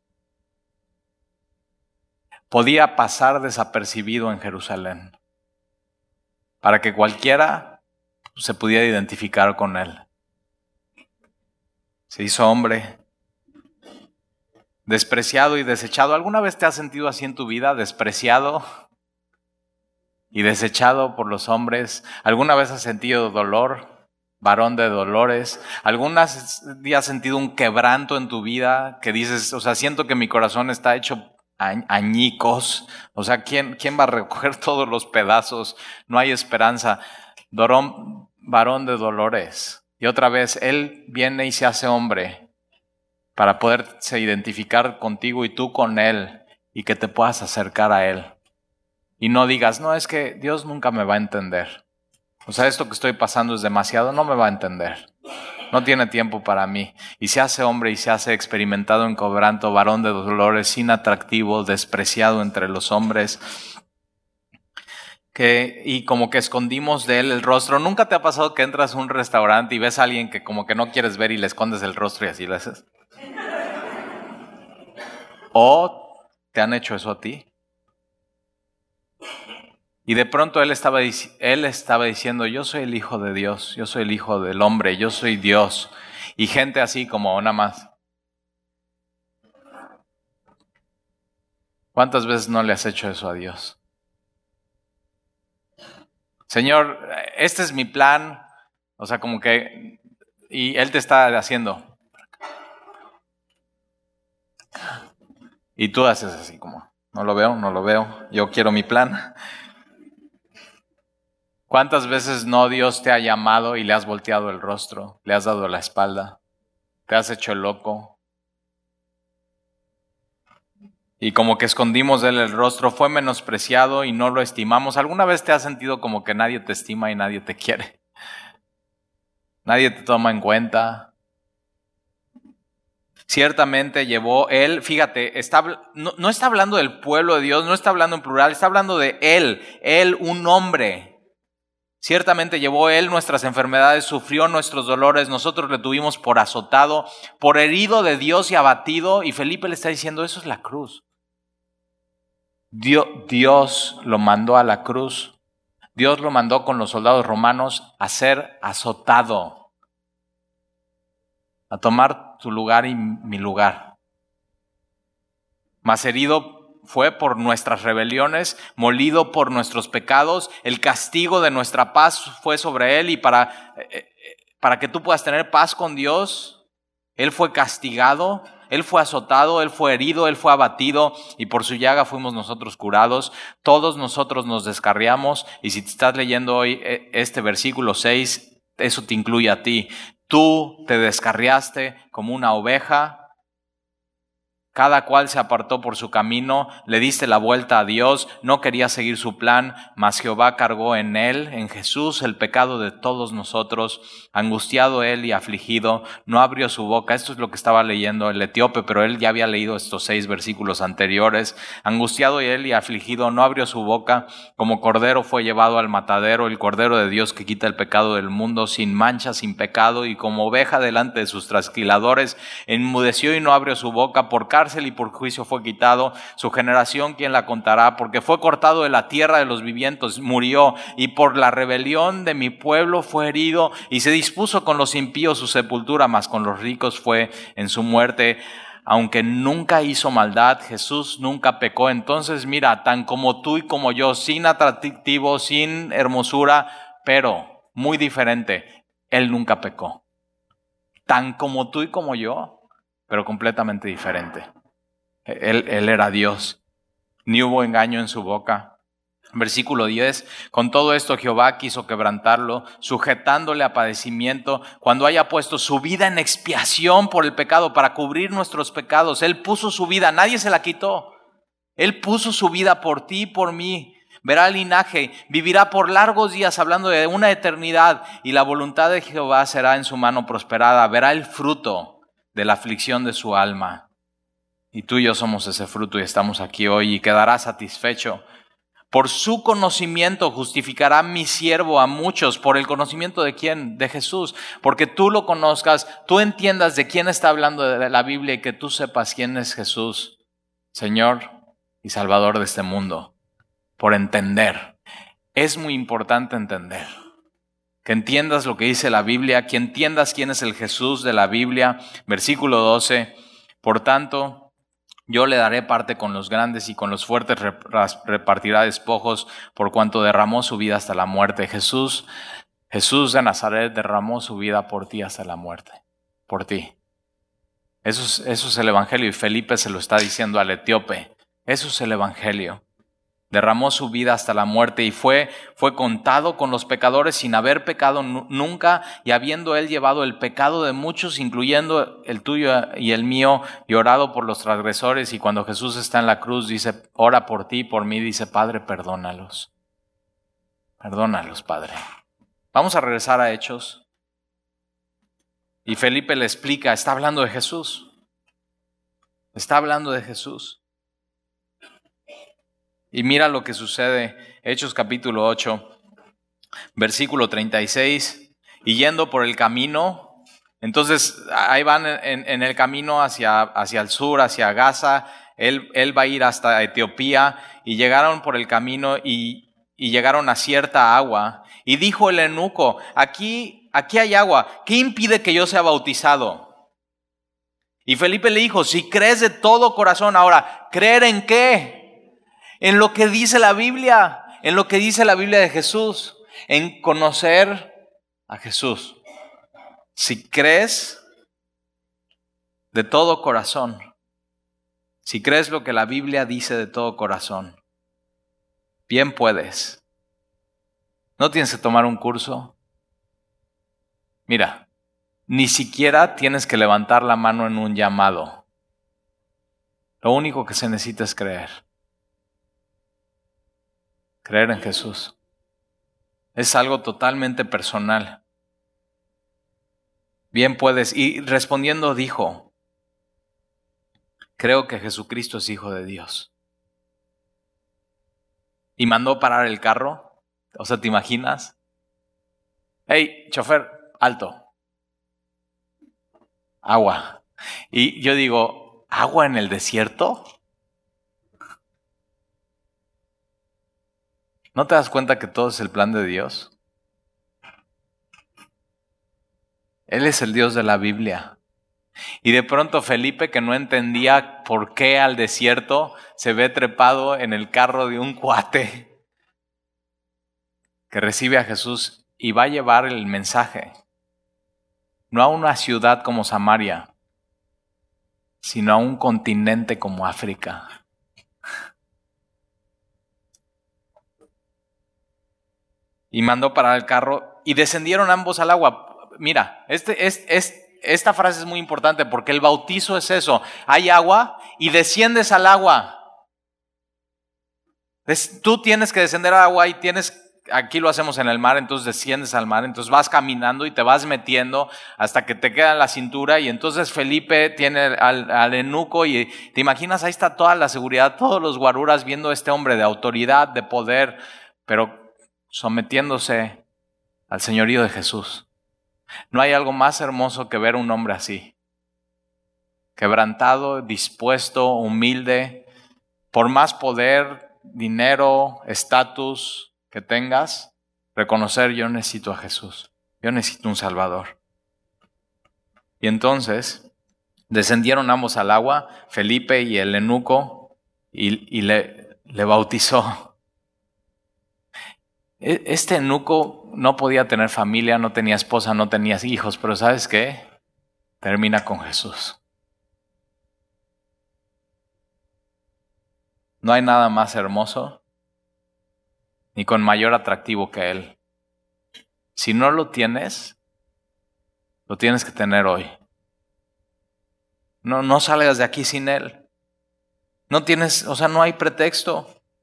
Podía pasar desapercibido en Jerusalén. Para que cualquiera se pudiera identificar con Él. Se hizo hombre. Despreciado y desechado. ¿Alguna vez te has sentido así en tu vida? Despreciado y desechado por los hombres. ¿Alguna vez has sentido dolor? Varón de dolores. ¿Alguna día has sentido un quebranto en tu vida que dices, o sea, siento que mi corazón está hecho añicos? O sea, ¿quién va a recoger todos los pedazos? No hay esperanza. Varón de dolores. Y otra vez, Él viene y se hace hombre para poderse identificar contigo y tú con Él y que te puedas acercar a Él. Y no digas, no, es que Dios nunca me va a entender. O sea, esto que estoy pasando es demasiado, no me va a entender. No tiene tiempo para mí. Y se hace hombre y se hace experimentado en quebranto, varón de dolores, inatractivo, despreciado entre los hombres. Y como que escondimos de Él el rostro. ¿Nunca te ha pasado que entras a un restaurante y ves a alguien que como que no quieres ver y le escondes el rostro y así lo haces? ¿O te han hecho eso a ti? Y de pronto él estaba diciendo, yo soy el Hijo de Dios, yo soy el Hijo del hombre, yo soy Dios. Y gente así como nada más. ¿Cuántas veces no le has hecho eso a Dios? Señor, este es mi plan. O sea, como que... Y Él te está haciendo. Y tú haces así como, no lo veo, yo quiero mi plan. ¿Cuántas veces no Dios te ha llamado y le has volteado el rostro, le has dado la espalda, te has hecho el loco? Y como que escondimos de Él el rostro, fue menospreciado y no lo estimamos. ¿Alguna vez te has sentido como que nadie te estima y nadie te quiere? Nadie te toma en cuenta. Ciertamente llevó Él, fíjate, no está hablando del pueblo de Dios, no está hablando en plural, está hablando de Él un hombre. Ciertamente llevó Él nuestras enfermedades, sufrió nuestros dolores, nosotros le tuvimos por azotado, por herido de Dios y abatido. Y Felipe le está diciendo, eso es la cruz. Dios lo mandó a la cruz. Dios lo mandó con los soldados romanos a ser azotado, a tomar tu lugar y mi lugar. Mas herido fue por nuestras rebeliones, molido por nuestros pecados. El castigo de nuestra paz fue sobre Él, y para que tú puedas tener paz con Dios, Él fue castigado, Él fue azotado, Él fue herido, Él fue abatido, y por su llaga fuimos nosotros curados. Todos nosotros nos descarriamos, y si te estás leyendo hoy este versículo 6, eso te incluye a ti. Tú te descarriaste como una oveja. Cada cual se apartó por su camino, le diste la vuelta a Dios, no quería seguir su plan, mas Jehová cargó en Él, en Jesús, el pecado de todos nosotros. Angustiado Él y afligido, no abrió su boca. Esto es lo que estaba leyendo el etíope, pero él ya había leído estos 6 versículos anteriores. Angustiado Él y afligido, no abrió su boca. Como cordero fue llevado al matadero, el cordero de Dios que quita el pecado del mundo, sin mancha, sin pecado. Y como oveja delante de sus trasquiladores, enmudeció y no abrió su boca. Por cárcel y por juicio fue quitado. Su generación, ¿quién la contará? Porque fue cortado de la tierra de los vivientes, murió, y por la rebelión de mi pueblo fue herido, y se dispuso con los impíos su sepultura, mas con los ricos fue en su muerte. Aunque nunca hizo maldad, Jesús nunca pecó. Entonces mira, tan como tú y como yo, sin atractivo, sin hermosura, pero muy diferente, Él nunca pecó. Tan como tú y como yo, pero completamente diferente. Él era Dios. Ni hubo engaño en su boca. Versículo 10, con todo esto Jehová quiso quebrantarlo, sujetándole a padecimiento, cuando haya puesto su vida en expiación por el pecado, para cubrir nuestros pecados. Él puso su vida, nadie se la quitó. Él puso su vida por ti y por mí. Verá el linaje, vivirá por largos días, hablando de una eternidad, y la voluntad de Jehová será en su mano prosperada. Verá el fruto de la aflicción de su alma. Y tú y yo somos ese fruto y estamos aquí hoy, y quedará satisfecho. Por su conocimiento justificará mi siervo a muchos. ¿Por el conocimiento de quién? De Jesús. Porque tú lo conozcas, tú entiendas de quién está hablando de la Biblia y que tú sepas quién es Jesús, Señor y Salvador de este mundo. Por entender. Es muy importante entender. Que entiendas lo que dice la Biblia, que entiendas quién es el Jesús de la Biblia. Versículo 12. Por tanto, yo le daré parte con los grandes y con los fuertes repartirá despojos, por cuanto derramó su vida hasta la muerte. Jesús de Nazaret derramó su vida por ti hasta la muerte. Por ti. Eso es el Evangelio, y Felipe se lo está diciendo al etíope. Eso es el Evangelio. Derramó su vida hasta la muerte y fue contado con los pecadores sin haber pecado nunca, y habiendo él llevado el pecado de muchos, incluyendo el tuyo y el mío, y orado por los transgresores. Y cuando Jesús está en la cruz, dice, ora por ti y por mí, dice, Padre, perdónalos. Perdónalos, Padre. Vamos a regresar a Hechos. Y Felipe le explica, está hablando de Jesús. Está hablando de Jesús. Y mira lo que sucede, Hechos capítulo 8, versículo 36, y yendo por el camino, entonces ahí van en el camino hacia el sur, hacia Gaza, él va a ir hasta Etiopía, y llegaron por el camino y llegaron a cierta agua, y dijo el eunuco, aquí hay agua, ¿qué impide que yo sea bautizado? Y Felipe le dijo, si crees de todo corazón. Ahora, ¿creer en qué? En lo que dice la Biblia, en lo que dice la Biblia de Jesús, en conocer a Jesús. Si crees de todo corazón, si crees lo que la Biblia dice de todo corazón, bien puedes. No tienes que tomar un curso. Mira, ni siquiera tienes que levantar la mano en un llamado. Lo único que se necesita es creer. Creer en Jesús. Es algo totalmente personal. Bien puedes. Y respondiendo dijo, creo que Jesucristo es Hijo de Dios. Y mandó parar el carro. O sea, ¿te imaginas? Hey, chofer, alto. Agua. Y yo digo, ¿agua en el desierto? ¿No te das cuenta que todo es el plan de Dios? Él es el Dios de la Biblia. Y de pronto Felipe, que no entendía por qué al desierto, se ve trepado en el carro de un cuate que recibe a Jesús y va a llevar el mensaje. No a una ciudad como Samaria, sino a un continente como África. Y mandó parar el carro y descendieron ambos al agua. Mira, esta frase es muy importante porque el bautizo es eso. Hay agua y desciendes al agua. Tú tienes que descender al agua y aquí lo hacemos en el mar, entonces desciendes al mar, entonces vas caminando y te vas metiendo hasta que te queda en la cintura. Y entonces Felipe tiene al eunuco y te imaginas, ahí está toda la seguridad, todos los guaruras viendo a este hombre de autoridad, de poder, pero sometiéndose al señorío de Jesús. No hay algo más hermoso que ver a un hombre así, quebrantado, dispuesto, humilde, por más poder, dinero, estatus que tengas, reconocer: yo necesito a Jesús, yo necesito un Salvador. Y entonces descendieron ambos al agua, Felipe y el eunuco, y le bautizó. Este eunuco no podía tener familia, no tenía esposa, no tenía hijos, pero ¿sabes qué? Termina con Jesús. No hay nada más hermoso ni con mayor atractivo que Él. Si no lo tienes que tener hoy. No salgas de aquí sin Él. No tienes, no hay pretexto.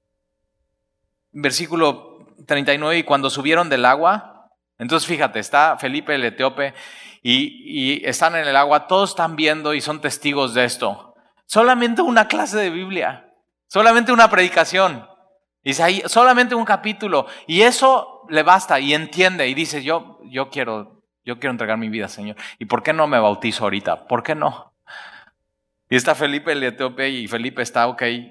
Versículo 39, y cuando subieron del agua, entonces fíjate, está Felipe el etíope y están en el agua, todos están viendo y son testigos de esto. Solamente una clase de Biblia, solamente una predicación, solamente un capítulo, y eso le basta y entiende y dice, yo quiero entregar mi vida, Señor. ¿Y por qué no me bautizo ahorita? ¿Por qué no? Y está Felipe el etíope y Felipe está,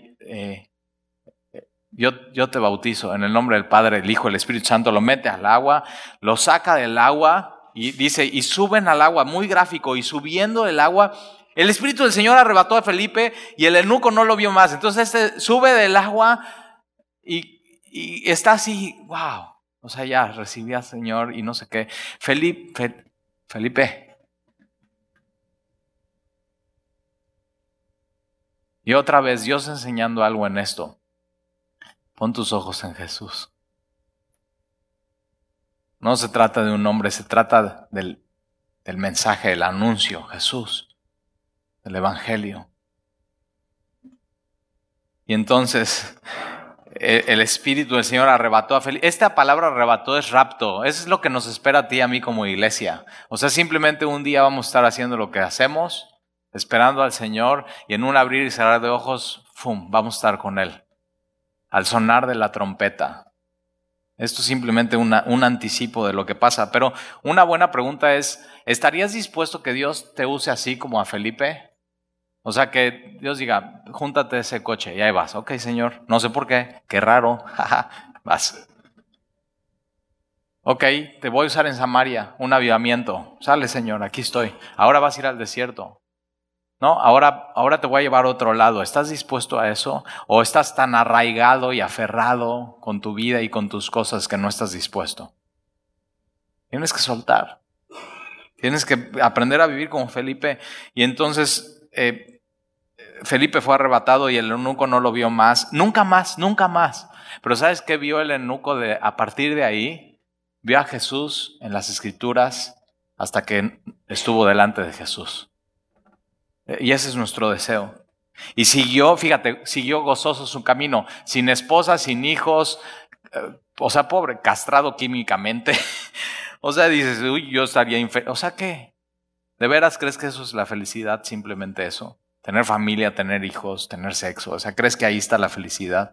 yo te bautizo en el nombre del Padre, el Hijo, el Espíritu Santo. Lo mete al agua, lo saca del agua y dice, y suben al agua, muy gráfico, y subiendo el agua, el Espíritu del Señor arrebató a Felipe y el eunuco no lo vio más. Entonces sube del agua y está así, wow, ya recibí al Señor y no sé qué. Felipe. Y otra vez Dios enseñando algo en esto. Pon tus ojos en Jesús. No se trata de un hombre, se trata del mensaje, del anuncio, Jesús, del Evangelio. Y entonces el Espíritu del Señor arrebató a Felipe. Esta palabra arrebató es rapto. Eso es lo que nos espera a ti y a mí como iglesia. Simplemente un día vamos a estar haciendo lo que hacemos, esperando al Señor, y en un abrir y cerrar de ojos, ¡fum!, vamos a estar con Él. Al sonar de la trompeta. Esto es simplemente un anticipo de lo que pasa. Pero una buena pregunta es, ¿estarías dispuesto que Dios te use así como a Felipe? Que Dios diga, júntate ese coche y ahí vas. Ok, Señor, no sé por qué, qué raro, vas. Ok, te voy a usar en Samaria, un avivamiento. Sale, Señor, aquí estoy. Ahora vas a ir al desierto. No, ahora te voy a llevar a otro lado. ¿Estás dispuesto a eso? ¿O estás tan arraigado y aferrado con tu vida y con tus cosas que no estás dispuesto? Tienes que soltar. Tienes que aprender a vivir como Felipe. Y entonces Felipe fue arrebatado y el eunuco no lo vio más. Nunca más, nunca más. Pero ¿sabes qué vio el eunuco a partir de ahí? Vio a Jesús en las Escrituras hasta que estuvo delante de Jesús. Y ese es nuestro deseo. Y siguió gozoso su camino, sin esposa, sin hijos, pobre, castrado químicamente. Dices, uy, yo estaría infeliz. ¿Qué? ¿De veras crees que eso es la felicidad? Simplemente eso. Tener familia, tener hijos, tener sexo. ¿Crees que ahí está la felicidad?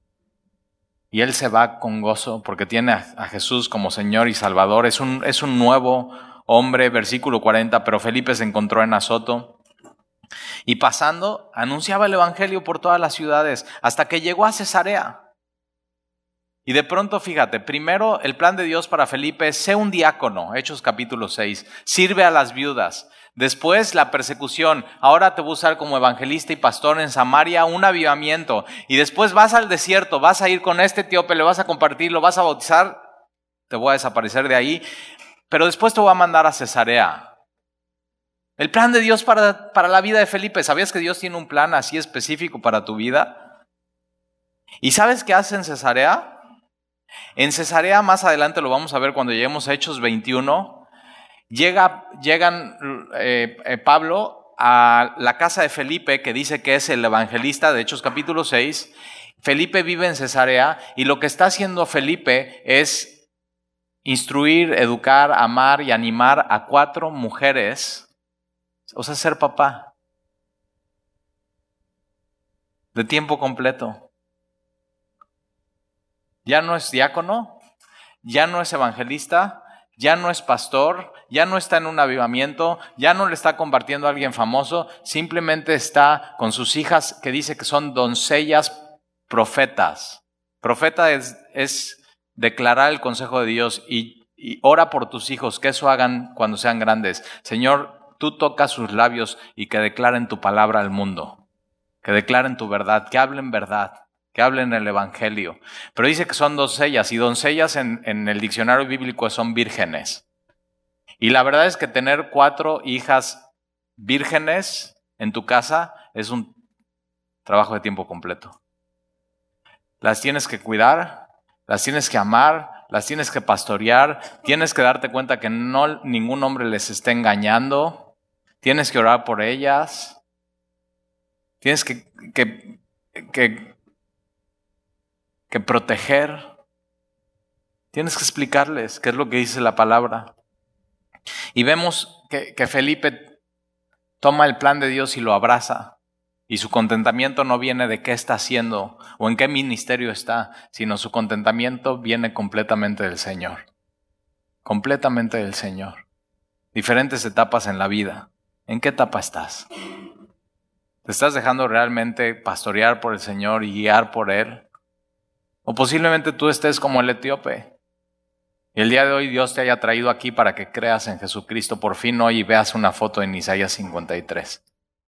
Y él se va con gozo porque tiene a Jesús como Señor y Salvador. Es un nuevo hombre, versículo 40, pero Felipe se encontró en Azoto. Y pasando, anunciaba el Evangelio por todas las ciudades, hasta que llegó a Cesarea. Y de pronto, fíjate, primero el plan de Dios para Felipe es: sé un diácono, Hechos capítulo 6, sirve a las viudas. Después la persecución, ahora te voy a usar como evangelista y pastor en Samaria, un avivamiento. Y después vas al desierto, vas a ir con este etíope, le vas a compartir, lo vas a bautizar, te voy a desaparecer de ahí. Pero después te voy a mandar a Cesarea. El plan de Dios para la vida de Felipe. ¿Sabías que Dios tiene un plan así específico para tu vida? ¿Y sabes qué hace en Cesarea? En Cesarea, más adelante lo vamos a ver cuando lleguemos a Hechos 21, llegan Pablo a la casa de Felipe, que dice que es el evangelista de Hechos capítulo 6. Felipe vive en Cesarea y lo que está haciendo Felipe es instruir, educar, amar y animar a 4 mujeres. Ser papá de tiempo completo. Ya no es diácono, ya no es evangelista, ya no es pastor, ya no está en un avivamiento, ya no le está compartiendo a alguien famoso, simplemente está con sus hijas, que dice que son doncellas profetas. Profeta es declarar el consejo de Dios y ora por tus hijos, que eso hagan cuando sean grandes. Señor, tú tocas sus labios y que declaren tu palabra al mundo, que declaren tu verdad, que hablen verdad, que hablen el evangelio. Pero dice que son doncellas, y doncellas en el diccionario bíblico son vírgenes. Y la verdad es que tener 4 hijas vírgenes en tu casa es un trabajo de tiempo completo. las tienes que cuidar, las tienes que amar, las tienes que pastorear, tienes que darte cuenta que no ningún hombre les está engañando, tienes que orar por ellas, tienes que proteger, tienes que explicarles qué es lo que dice la palabra. Y vemos que Felipe toma el plan de Dios y lo abraza. Y su contentamiento no viene de qué está haciendo o en qué ministerio está, sino su contentamiento viene completamente del Señor. Completamente del Señor. Diferentes etapas en la vida. ¿En qué etapa estás? ¿Te estás dejando realmente pastorear por el Señor y guiar por Él? O posiblemente tú estés como el etíope. Y el día de hoy Dios te haya traído aquí para que creas en Jesucristo por fin hoy y veas una foto en Isaías 53.